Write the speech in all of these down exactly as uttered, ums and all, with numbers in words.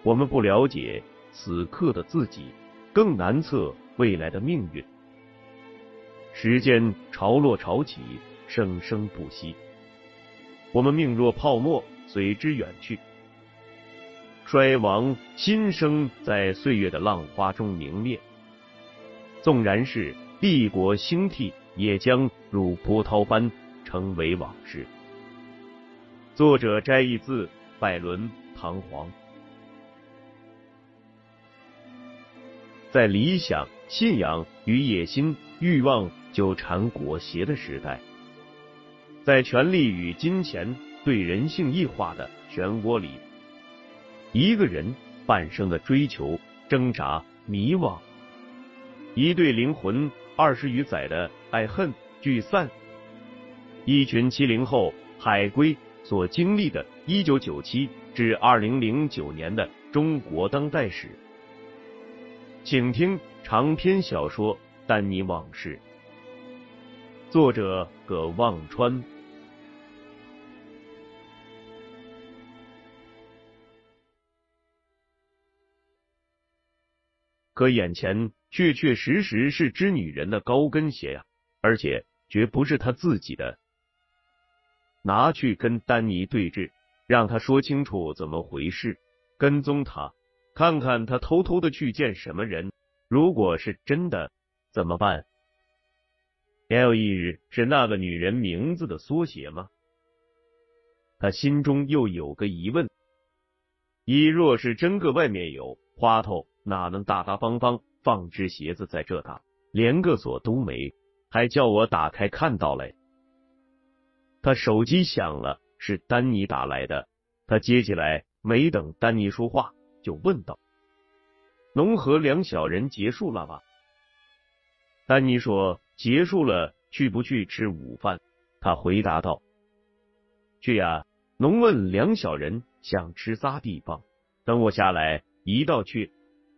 我们不了解此刻的自己，更难测未来的命运。时间潮落潮起，生生不息。我们命若泡沫，随之远去。衰亡新生在岁月的浪花中明灭。纵然是帝国兴替，也将如波涛般成为往事。作者摘译自拜伦·唐璜。在理想、信仰与野心、欲望纠缠裹挟的时代，在权力与金钱对人性异化的漩涡里，一个人半生的追求、挣扎、迷惘，一对灵魂二十余载的爱恨聚散，一群七零后海归所经历的一九九七至二零零九年的中国当代史。请听长篇小说《丹尼往事》，作者葛望川。可眼前确确实实是织女人的高跟鞋呀、啊，而且绝不是他自己的。拿去跟丹尼对峙，让他说清楚怎么回事，跟踪他，看看他偷偷的去见什么人。如果是真的，怎么办 ？L E 是那个女人名字的缩写吗？他心中又有个疑问：一若是真个外面有花头，哪能大大方方放只鞋子在这打，连个锁都没，还叫我打开看到嘞？他手机响了，是丹尼打来的。他接起来，没等丹尼说话，就问道：“农和两小人结束了吧？”丹尼说：“结束了，去不去吃午饭？”他回答道：“去呀。”农问两小人想吃啥地方，等我下来一道去。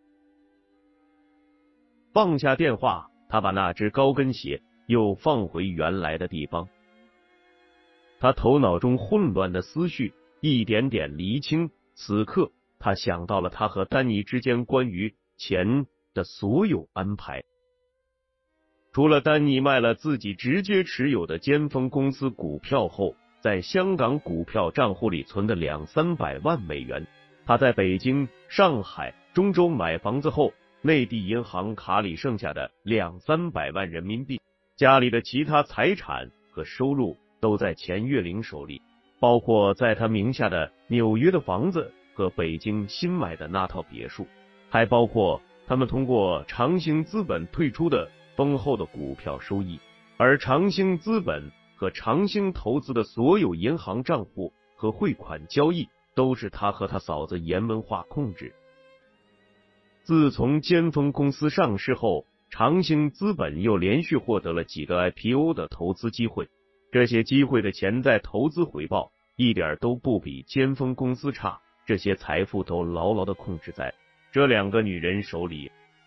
放下电话，他把那只高跟鞋又放回原来的地方。他头脑中混乱的思绪一点点厘清，此刻他想到了他和丹尼之间关于钱的所有安排。除了丹尼卖了自己直接持有的尖峰公司股票后，在香港股票账户里存的两三百万美元，他在北京、上海、中州买房子后，内地银行卡里剩下的两三百万人民币，家里的其他财产和收入都在钱月玲手里，包括在他名下的纽约的房子和北京新买的那套别墅，还包括他们通过长兴资本退出的丰厚的股票收益，而长兴资本和长兴投资的所有银行账户和汇款交易都是他和他嫂子严文化控制。自从尖峰公司上市后，长兴资本又连续获得了几个 I P O 的投资机会，这些机会的潜在投资回报一点都不比尖峰公司差，这些财富都牢牢地控制在这两个女人手里。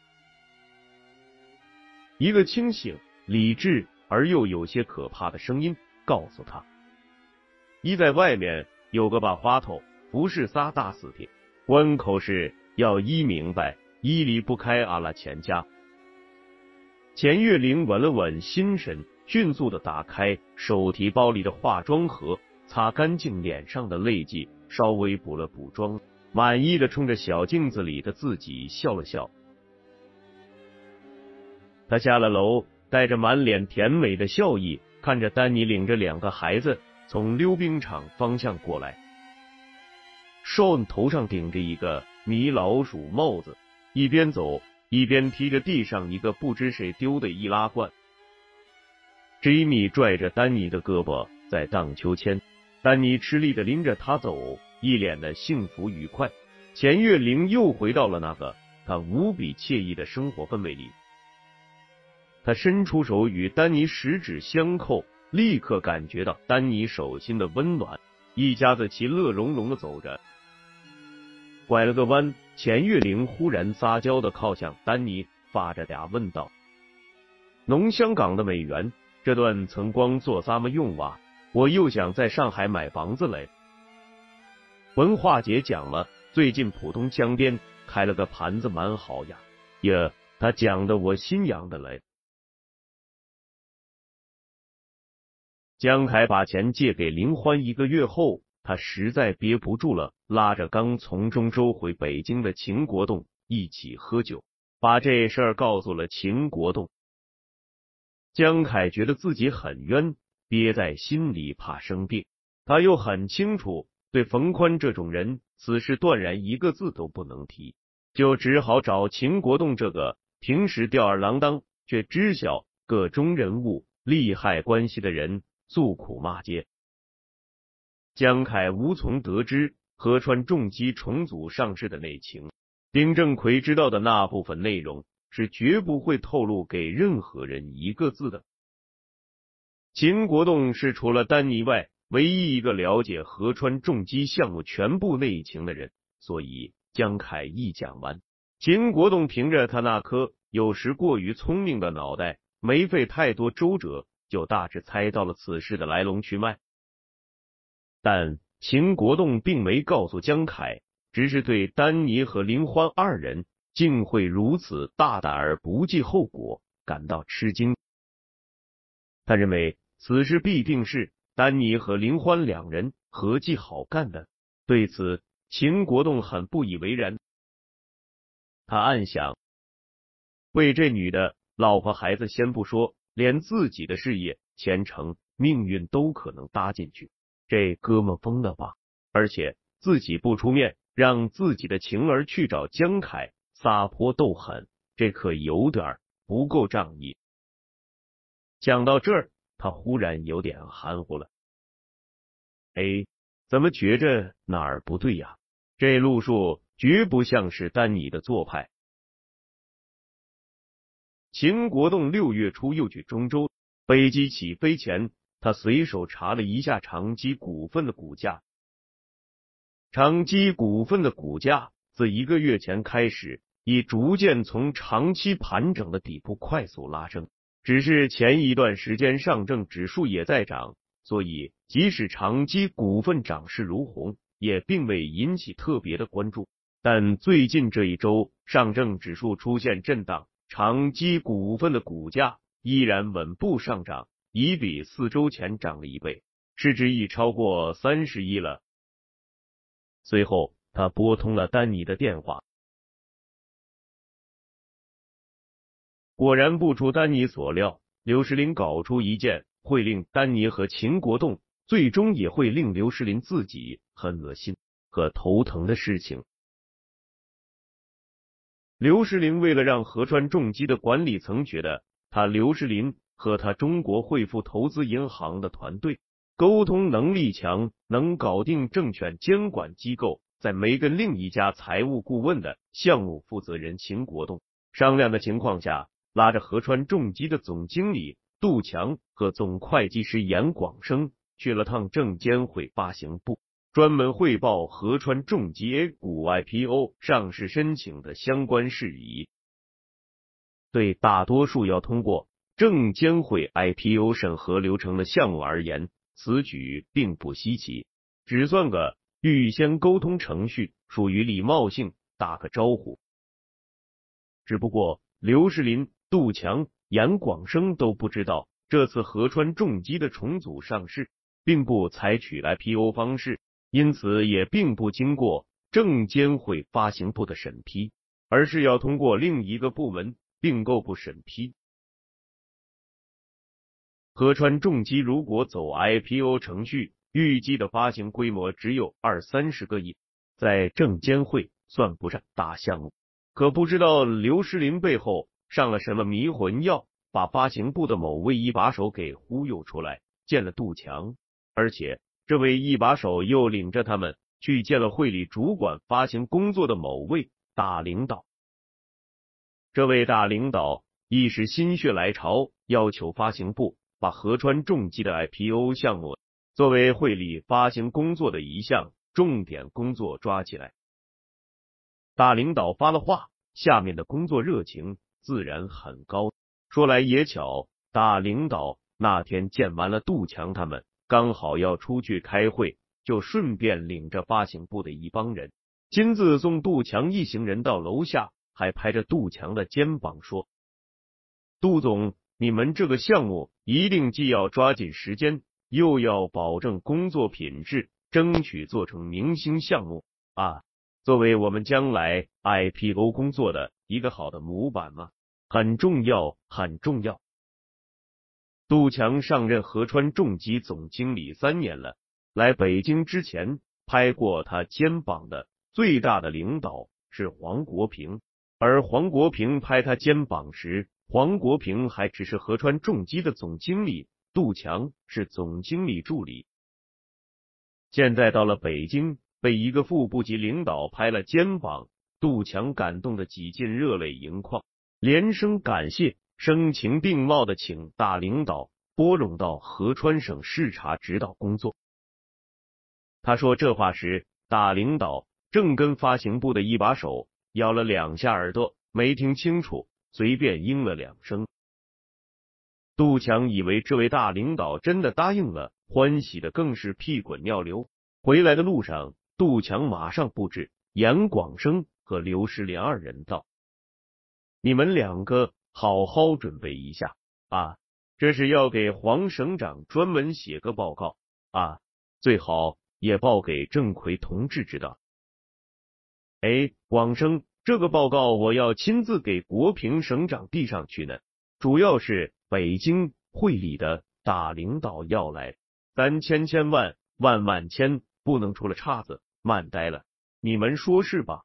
一个清醒、理智而又有些可怕的声音告诉他：一在外面有个把花头不是仨大死的，关口是要医明白，医离不开阿拉钱家。钱月玲稳了稳心神，迅速地打开手提包里的化妆盒，擦干净脸上的泪迹，稍微补了补妆，满意的冲着小镜子里的自己笑了笑。他下了楼，带着满脸甜美的笑意，看着丹尼领着两个孩子从溜冰场方向过来。Sean 头上顶着一个米老鼠帽子，一边走一边踢着地上一个不知谁丢的易拉罐。Jimmy 拽着丹尼的胳膊在荡秋千，丹尼吃力的拎着他走，一脸的幸福愉快。钱月玲又回到了那个他无比惬意的生活氛围里。他伸出手与丹尼十指相扣，立刻感觉到丹尼手心的温暖，一家子其乐融融的走着。拐了个弯，钱月玲忽然撒娇的靠向丹尼，发着嗲问道：农香港的美元这段曾光做啥么用哇？我又想在上海买房子嘞。文化节讲了， 最近浦东江边开了个盘子，蛮好呀。呀，他讲的我心痒的来。江凯把钱借给林欢一个月后，他实在憋不住了，拉着刚从中州回北京的秦国栋一起喝酒，把这事儿告诉了秦国栋。江凯觉得自己很冤，憋在心里怕生病。他又很清楚，对冯宽这种人，此事断然一个字都不能提，就只好找秦国栋这个平时吊儿郎当却知晓各中人物利害关系的人诉苦骂街。江凯无从得知河川重机重组上市的内情，丁正奎知道的那部分内容是绝不会透露给任何人一个字的。秦国栋是除了丹尼外唯一一个了解河川重机项目全部内情的人，所以江凯一讲完，秦国栋凭着他那颗有时过于聪明的脑袋，没费太多周折，就大致猜到了此事的来龙去脉。但秦国栋并没告诉江凯，只是对丹尼和林欢二人竟会如此大胆而不计后果感到吃惊。他认为此事必定是丹尼和林欢两人合计好干的，对此秦国栋很不以为然。他暗想，为这女的老婆孩子先不说，连自己的事业前程命运都可能搭进去，这哥们疯了吧？而且自己不出面，让自己的情儿去找江凯撒泼斗狠，这可有点不够仗义。讲到这儿，他忽然有点含糊了。哎，怎么觉着哪儿不对呀？这路数绝不像是丹尼的做派。秦国栋六月初又去中州，飞机起飞前，他随手查了一下长基股份的股价。长基股份的股价自一个月前开始，已逐渐从长期盘整的底部快速拉升。只是前一段时间上证指数也在涨，所以即使长基股份涨势如虹，也并未引起特别的关注。但最近这一周，上证指数出现震荡，长基股份的股价依然稳步上涨，已比四周前涨了一倍，市值已超过三十亿了。随后，他拨通了丹尼的电话。果然不出丹尼所料，刘世林搞出一件会令丹尼和秦国栋，最终也会令刘世林自己很恶心和头疼的事情。刘世林为了让河川重机的管理层觉得他刘世林和他中国汇富投资银行的团队沟通能力强，能搞定证券监管机构，在没跟另一家财务顾问的项目负责人秦国栋商量的情况下，拉着河川重机的总经理杜强和总会计师严广生去了趟证监会发行部，专门汇报河川重机 A 股 I P O 上市申请的相关事宜。对大多数要通过证监会 I P O 审核流程的项目而言，此举并不稀奇，只算个预先沟通程序，属于礼貌性打个招呼。只不过刘世林、杜强、严广生都不知道，这次河川重机的重组上市并不采取 I P O 方式，因此也并不经过证监会发行部的审批，而是要通过另一个部门并购部审批。河川重机如果走 I P O 程序，预计的发行规模只有二三十个亿，在证监会算不上大项目。可不知道刘世林背后上了什么迷魂药，把发行部的某位一把手给忽悠出来见了杜强，而且这位一把手又领着他们去见了会里主管发行工作的某位大领导。这位大领导一时心血来潮，要求发行部把河川重机的 I P O 项目作为会里发行工作的一项重点工作抓起来。大领导发了话，下面的工作热情自然很高。说来也巧，大领导那天见完了杜强他们，刚好要出去开会，就顺便领着发行部的一帮人亲自送杜强一行人到楼下，还拍着杜强的肩膀说：“杜总，你们这个项目一定既要抓紧时间，又要保证工作品质，争取做成明星项目啊！作为我们将来 I P O 工作的一个好的模板嘛，很重要，很重要。”杜强上任合川重机总经理三年了，来北京之前拍过他肩膀的最大的领导是黄国平，而黄国平拍他肩膀时，黄国平还只是合川重机的总经理，杜强是总经理助理。现在到了北京，被一个副部级领导拍了肩膀，杜强感动得几近热泪盈眶，连声感谢，声情并茂的请大领导拨冗到合川省视察指导工作。他说这话时，大领导正跟发行部的一把手咬了两下耳朵，没听清楚，随便应了两声。杜强以为这位大领导真的答应了，欢喜的更是屁滚尿流。回来的路上，杜强马上布置严广生和刘石莲二人道：“你们两个好好准备一下啊，这是要给黄省长专门写个报告啊，最好也报给郑奎同志知道。哎，广生，这个报告我要亲自给国平省长递上去呢，主要是北京会里的大领导要来，咱千千万万万千不能出了岔子，慢呆了，你们说是吧？”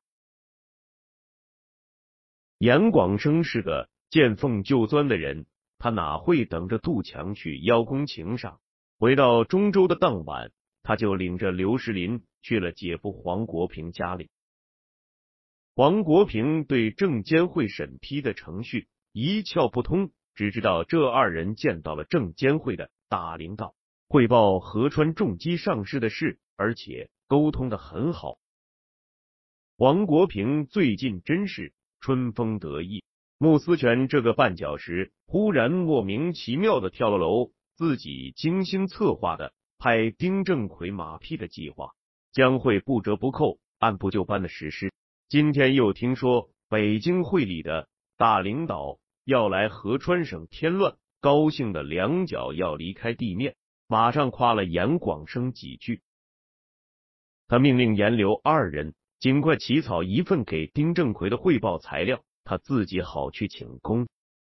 严广生是个见缝就钻的人，他哪会等着杜强去邀功请赏？回到中州的当晚，他就领着刘石林去了姐夫黄国平家里。黄国平对证监会审批的程序一窍不通，只知道这二人见到了证监会的大领导，汇报合川重机上市的事，而且沟通的很好。黄国平最近真是春风得意，穆思全这个绊脚石忽然莫名其妙的跳了楼，自己精心策划的拍丁正奎马屁的计划将会不折不扣按部就班的实施。今天又听说北京会里的大领导要来合川省添乱，高兴的两脚要离开地面，马上夸了严广生几句。他命令严刘二人尽快起草一份给丁正奎的汇报材料，他自己好去请功。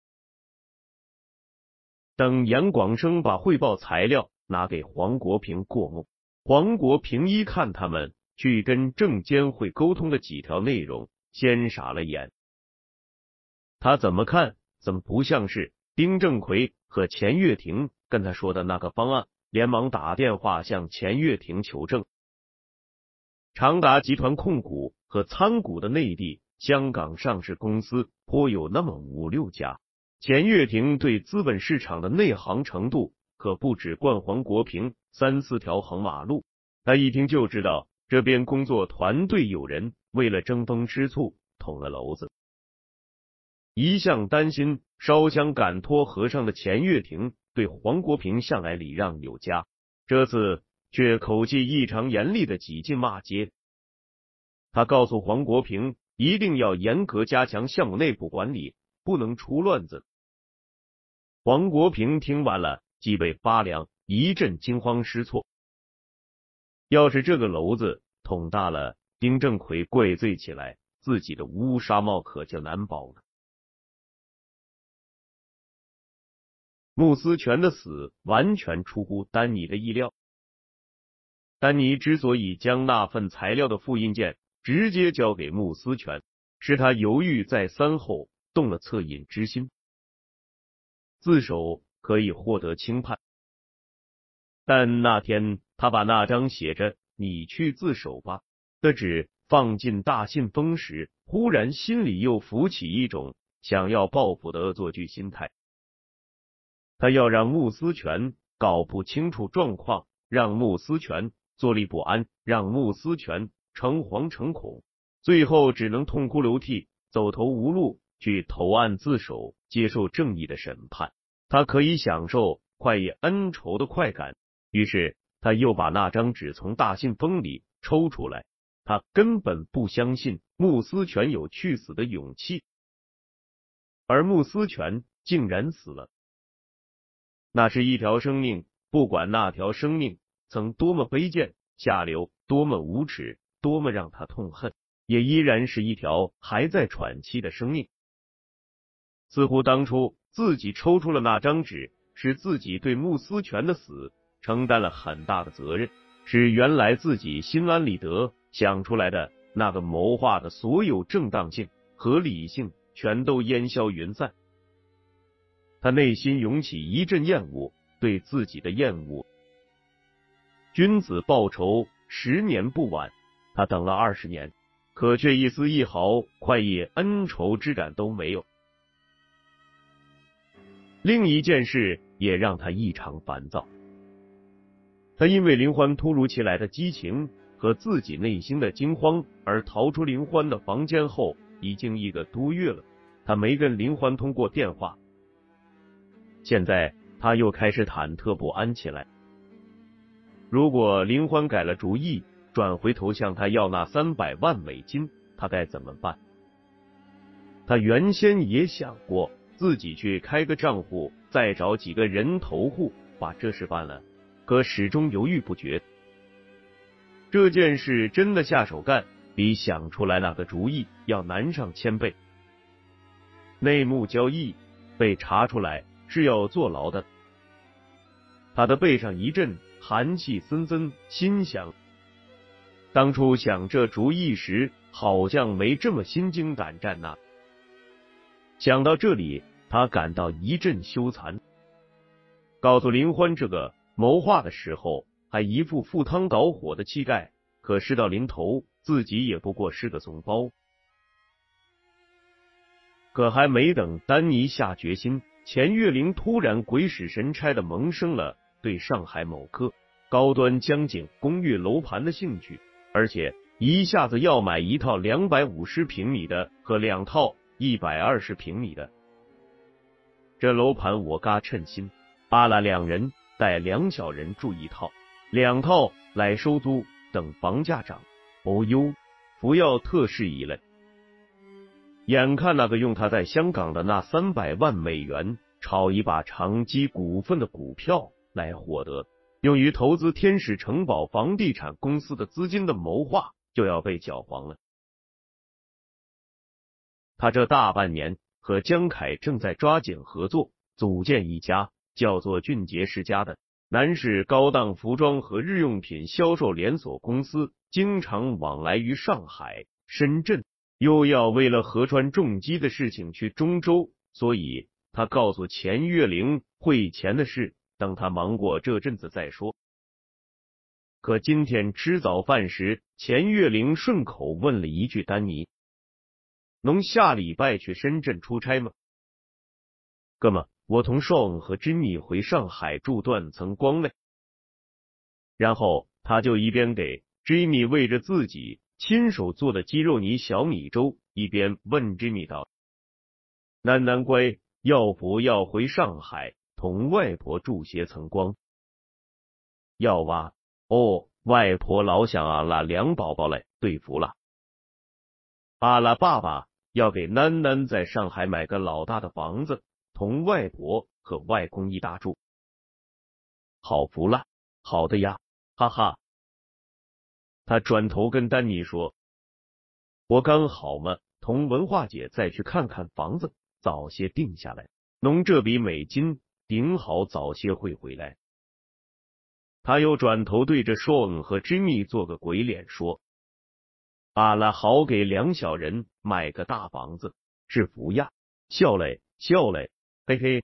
等严广生把汇报材料拿给黄国平过目，黄国平一看他们去跟证监会沟通的几条内容，先傻了眼。他怎么看怎么不像是丁正奎和钱月婷跟他说的那个方案，连忙打电话向钱月婷求证。长达集团控股和参股的内地、香港上市公司颇有那么五六家，钱月婷对资本市场的内行程度可不止灌黄国平三四条横马路。他一听就知道这边工作团队有人为了争风吃醋捅了娄子。一向担心烧香赶托和尚的钱月婷对黄国平向来礼让有加，这次却口气异常严厉的几近骂街。他告诉黄国平一定要严格加强项目内部管理，不能出乱子。黄国平听完了脊背发凉，一阵惊慌失措。要是这个娄子捅大了，丁正奎怪罪起来，自己的乌纱帽可就难保了。穆思全的死完全出乎丹尼的意料。丹尼之所以将那份材料的复印件直接交给穆思全，是他犹豫再三后动了恻隐之心。自首可以获得轻判，但那天他把那张写着“你去自首吧”的纸放进大信封时，忽然心里又浮起一种想要报复的恶作剧心态。他要让穆思全搞不清楚状况，让穆思全坐立不安，让穆思全诚惶诚恐，最后只能痛哭流涕，走投无路，去投案自首，接受正义的审判。他可以享受快意恩仇的快感。于是他又把那张纸从大信封里抽出来， 他根本不相信穆思全有去死的勇气，而穆思全竟然死了。那是一条生命，不管那条生命曾多么卑贱下流，多么无耻，多么让他痛恨，也依然是一条还在喘气的生命。似乎当初自己抽出了那张纸，是自己对穆思全的死承担了很大的责任，是原来自己心安理得想出来的那个谋划的所有正当性和理性全都烟消云散。他内心涌起一阵厌恶，对自己的厌恶。君子报仇，十年不晚。他等了二十年，可却一丝一毫快意恩仇之感都没有。另一件事也让他异常烦躁。他因为林欢突如其来的激情和自己内心的惊慌而逃出林欢的房间后，已经一个多月了，他没跟林欢通过电话。现在他又开始忐忑不安起来。如果林欢改了主意，转回头向他要那三百万美金，他该怎么办？他原先也想过自己去开个账户，再找几个人头户把这事办了，可始终犹豫不决。这件事真的下手干，比想出来那个主意要难上千倍。内幕交易被查出来是要坐牢的。他的背上一阵寒气森森，心想当初想这主意时好像没这么心惊胆战呐。想到这里，他感到一阵羞惭。告诉林欢这个谋划的时候，还一副赴汤蹈火的气概，可事到临头，自己也不过是个怂包。可还没等丹尼下决心，钱月玲突然鬼使神差的萌生了对上海某个高端江景公寓楼盘的兴趣，而且一下子要买一套两百五十平米的和两套一百二十平米的。这楼盘我嘎称心，阿拉两人带两小人住一套，两套来收租，等房价涨，哦哟，不要特事宜了。眼看那个用他在香港的那三百万美元炒一把长基股份的股票来获得用于投资天使城堡房地产公司的资金的谋划就要被搅黄了。他这大半年和江凯正在抓紧合作，组建一家叫做俊杰世家的男士高档服装和日用品销售连锁公司，经常往来于上海、深圳，又要为了河川重机的事情去中州，所以他告诉钱月玲汇钱的事，等他忙过这阵子再说。可今天吃早饭时，钱月玲顺口问了一句丹尼：“能下礼拜去深圳出差吗？”“哥们，我同爽和珍妮回上海住断层光嘞。”然后他就一边给 Jimmy 喂着自己亲手做的鸡肉泥小米粥，一边问 Jimmy 道：“楠楠乖，要不要回上海同外婆住些层光？”“要啊，哦，外婆老想阿拉两宝宝来对付了。阿拉爸爸要给楠楠在上海买个老大的房子，同外婆和外公一大住。”“好福了，好的呀，哈哈。”他转头跟丹尼说：“我刚好嘛，同文化姐再去看看房子，早些定下来，弄这笔美金顶好早些会回来。”他又转头对着 Sean 和 Jimmy 做个鬼脸说：“阿拉好给两小人买个大房子，是福呀，笑嘞笑嘞，嘿嘿。”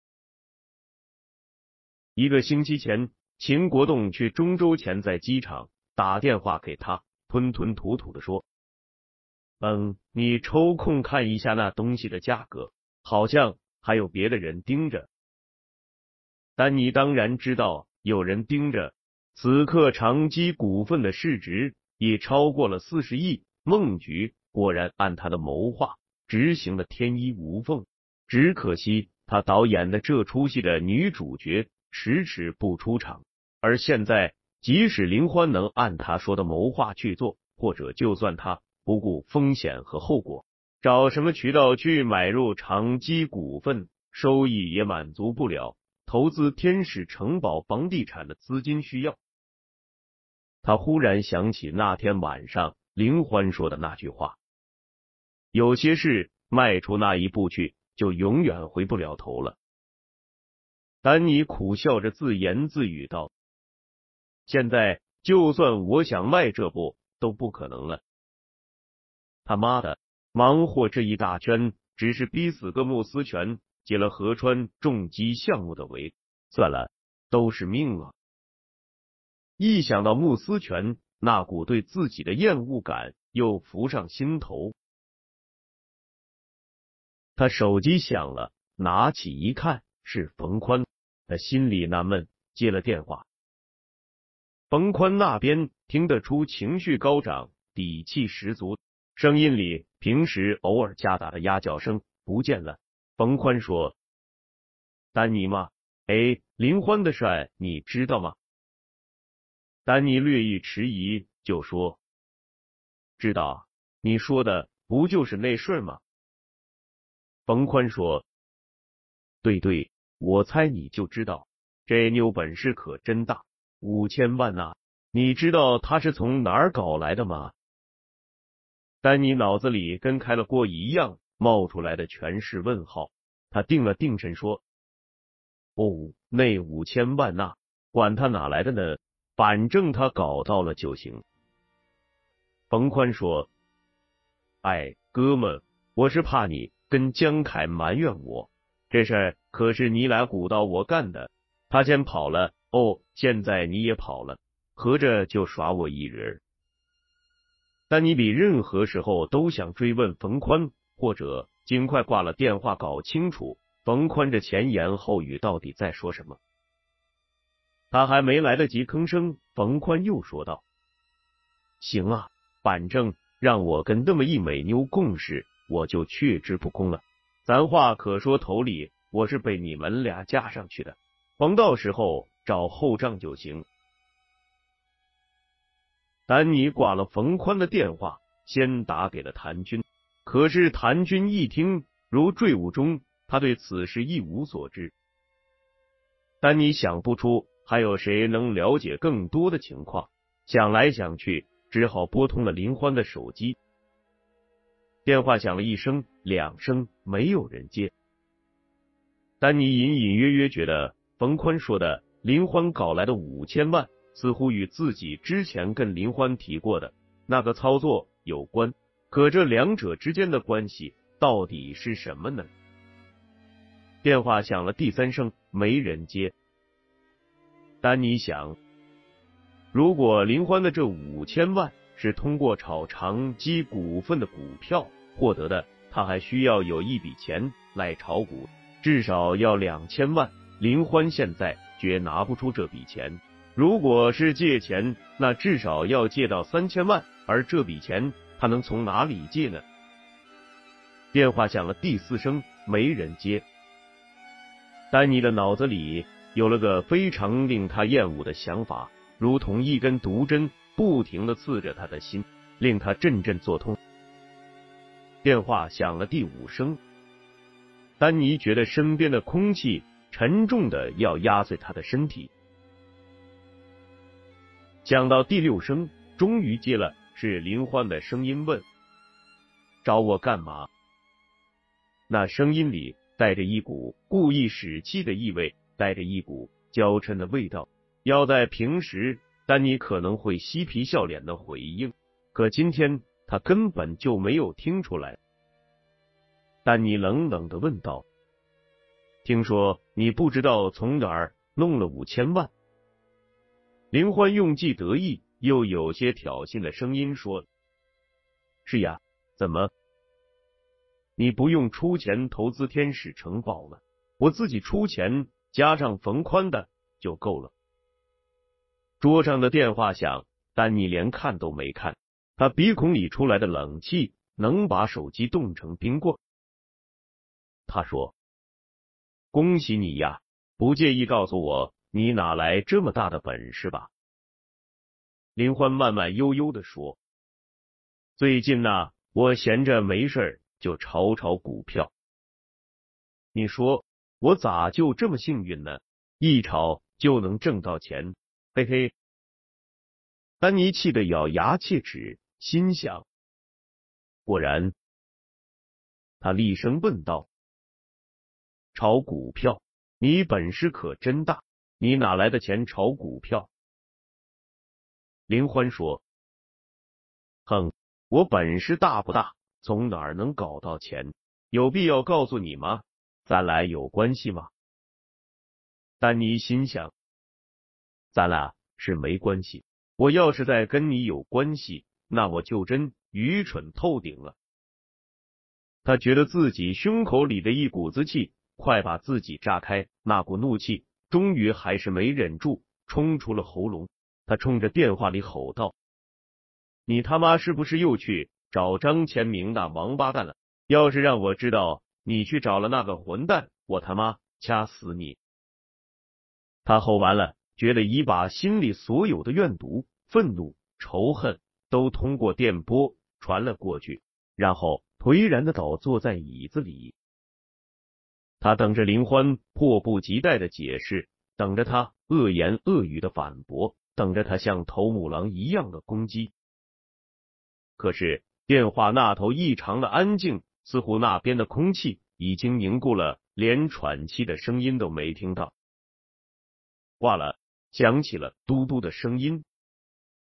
一个星期前，秦国栋去中州前在机场打电话给他，吞吞吐吐的说：“嗯，你抽空看一下那东西的价格，好像还有别的人盯着。”丹尼当然知道有人盯着，此刻长基股份的市值已超过了四十亿，孟局果然按他的谋划执行的天衣无缝，只可惜他导演的这出戏的女主角迟迟不出场，而现在即使林欢能按他说的谋划去做， 或者就算他不顾风险和后果，找什么渠道去买入长基股份，收益也满足不了投资天使城堡房地产的资金需要。他忽然想起那天晚上林欢说的那句话，有些事迈出那一步去，就永远回不了头了。丹尼苦笑着自言自语道，现在就算我想迈这步都不可能了。他妈的，忙活这一大圈，只是逼死个穆思全，解了河川重机项目的围，算了，都是命啊。一想到穆思全，那股对自己的厌恶感又浮上心头。他手机响了，拿起一看是冯宽，他心里纳闷，接了电话。冯宽那边听得出情绪高涨，底气十足，声音里平时偶尔夹杂的鸭叫声不见了。冯宽说，丹尼吗？哎，林欢的事你知道吗？丹尼略一迟疑，就说，知道，你说的不就是那事吗？冯宽说，对对，我猜你就知道，这妞本事可真大，五千万呐、啊！你知道他是从哪儿搞来的吗？丹尼脑子里跟开了锅一样，冒出来的全是问号。他定了定神说，哦，那五千万呐、啊，管他哪来的呢，反正他搞到了就行。冯宽说，哎，哥们，我是怕你跟江凯埋怨我，这事可是你俩鼓捣我干的，他先跑了，哦，现在你也跑了，合着就耍我一人。但你比任何时候都想追问冯宽，或者尽快挂了电话搞清楚冯宽这前言后语到底在说什么。他还没来得及吭声，冯宽又说道，行啊，反正让我跟这么一美妞共事，我就却之不恭了。咱话可说头里，我是被你们俩架上去的，甭到时候找后账就行。丹尼挂了冯宽的电话，先打给了谭军。可是谭军一听如坠雾中，他对此事一无所知。丹尼想不出还有谁能了解更多的情况，想来想去，只好拨通了林欢的手机。电话响了一声两声，没有人接。丹尼隐隐约约觉得冯宽说的林欢搞来的五千万似乎与自己之前跟林欢提过的那个操作有关，可这两者之间的关系到底是什么呢？电话响了第三声，没人接。丹尼想，如果林欢的这五千万是通过炒长基股份的股票获得的，他还需要有一笔钱来炒股，至少要两千万。林欢现在绝拿不出这笔钱，如果是借钱，那至少要借到三千万，而这笔钱他能从哪里借呢？电话响了第四声，没人接。丹尼的脑子里有了个非常令他厌恶的想法，如同一根毒针不停地刺着他的心，令他阵阵作痛。电话响了第五声，丹尼觉得身边的空气沉重的要压碎他的身体。讲到第六声，终于接了，是林欢的声音问，找我干嘛？那声音里带着一股故意使气的意味，带着一股娇嗔的味道。要在平时，丹尼可能会嬉皮笑脸的回应，可今天他根本就没有听出来。丹尼冷冷的问道，听说你不知道从哪儿弄了五千万？林欢用既得意又有些挑衅的声音说，是呀，怎么？你不用出钱投资天使城堡了，我自己出钱加上冯宽的就够了。桌上的电话响，丹尼连看都没看，他鼻孔里出来的冷气能把手机冻成冰棍。他说，恭喜你呀，不介意告诉我你哪来这么大的本事吧？林欢慢慢悠悠地说， 最近呐，我闲着没事儿就炒炒股票。你说我咋就这么幸运呢？一炒就能挣到钱，嘿嘿。丹尼气得咬牙切齿，心想：果然。他厉声问道：炒股票，你本事可真大，你哪来的钱炒股票？林欢说：哼，我本事大不大，从哪儿能搞到钱？有必要告诉你吗？咱俩有关系吗？丹尼心想，咱俩是没关系，我要是再跟你有关系，那我就真愚蠢透顶了。他觉得自己胸口里的一股子气快把自己炸开，那股怒气终于还是没忍住，冲出了喉咙。他冲着电话里吼道：你他妈是不是又去找张前明那王八蛋了？要是让我知道你去找了那个混蛋，我他妈掐死你！他吼完了，觉得已把心里所有的怨毒、愤怒、仇恨都通过电波传了过去，然后颓然的倒坐在椅子里。他等着林欢迫不及待的解释，等着他恶言恶语的反驳，等着他像头母狼一样的攻击。可是电话那头异常的安静，似乎那边的空气已经凝固了，连喘气的声音都没听到。挂了，响起了嘟嘟的声音。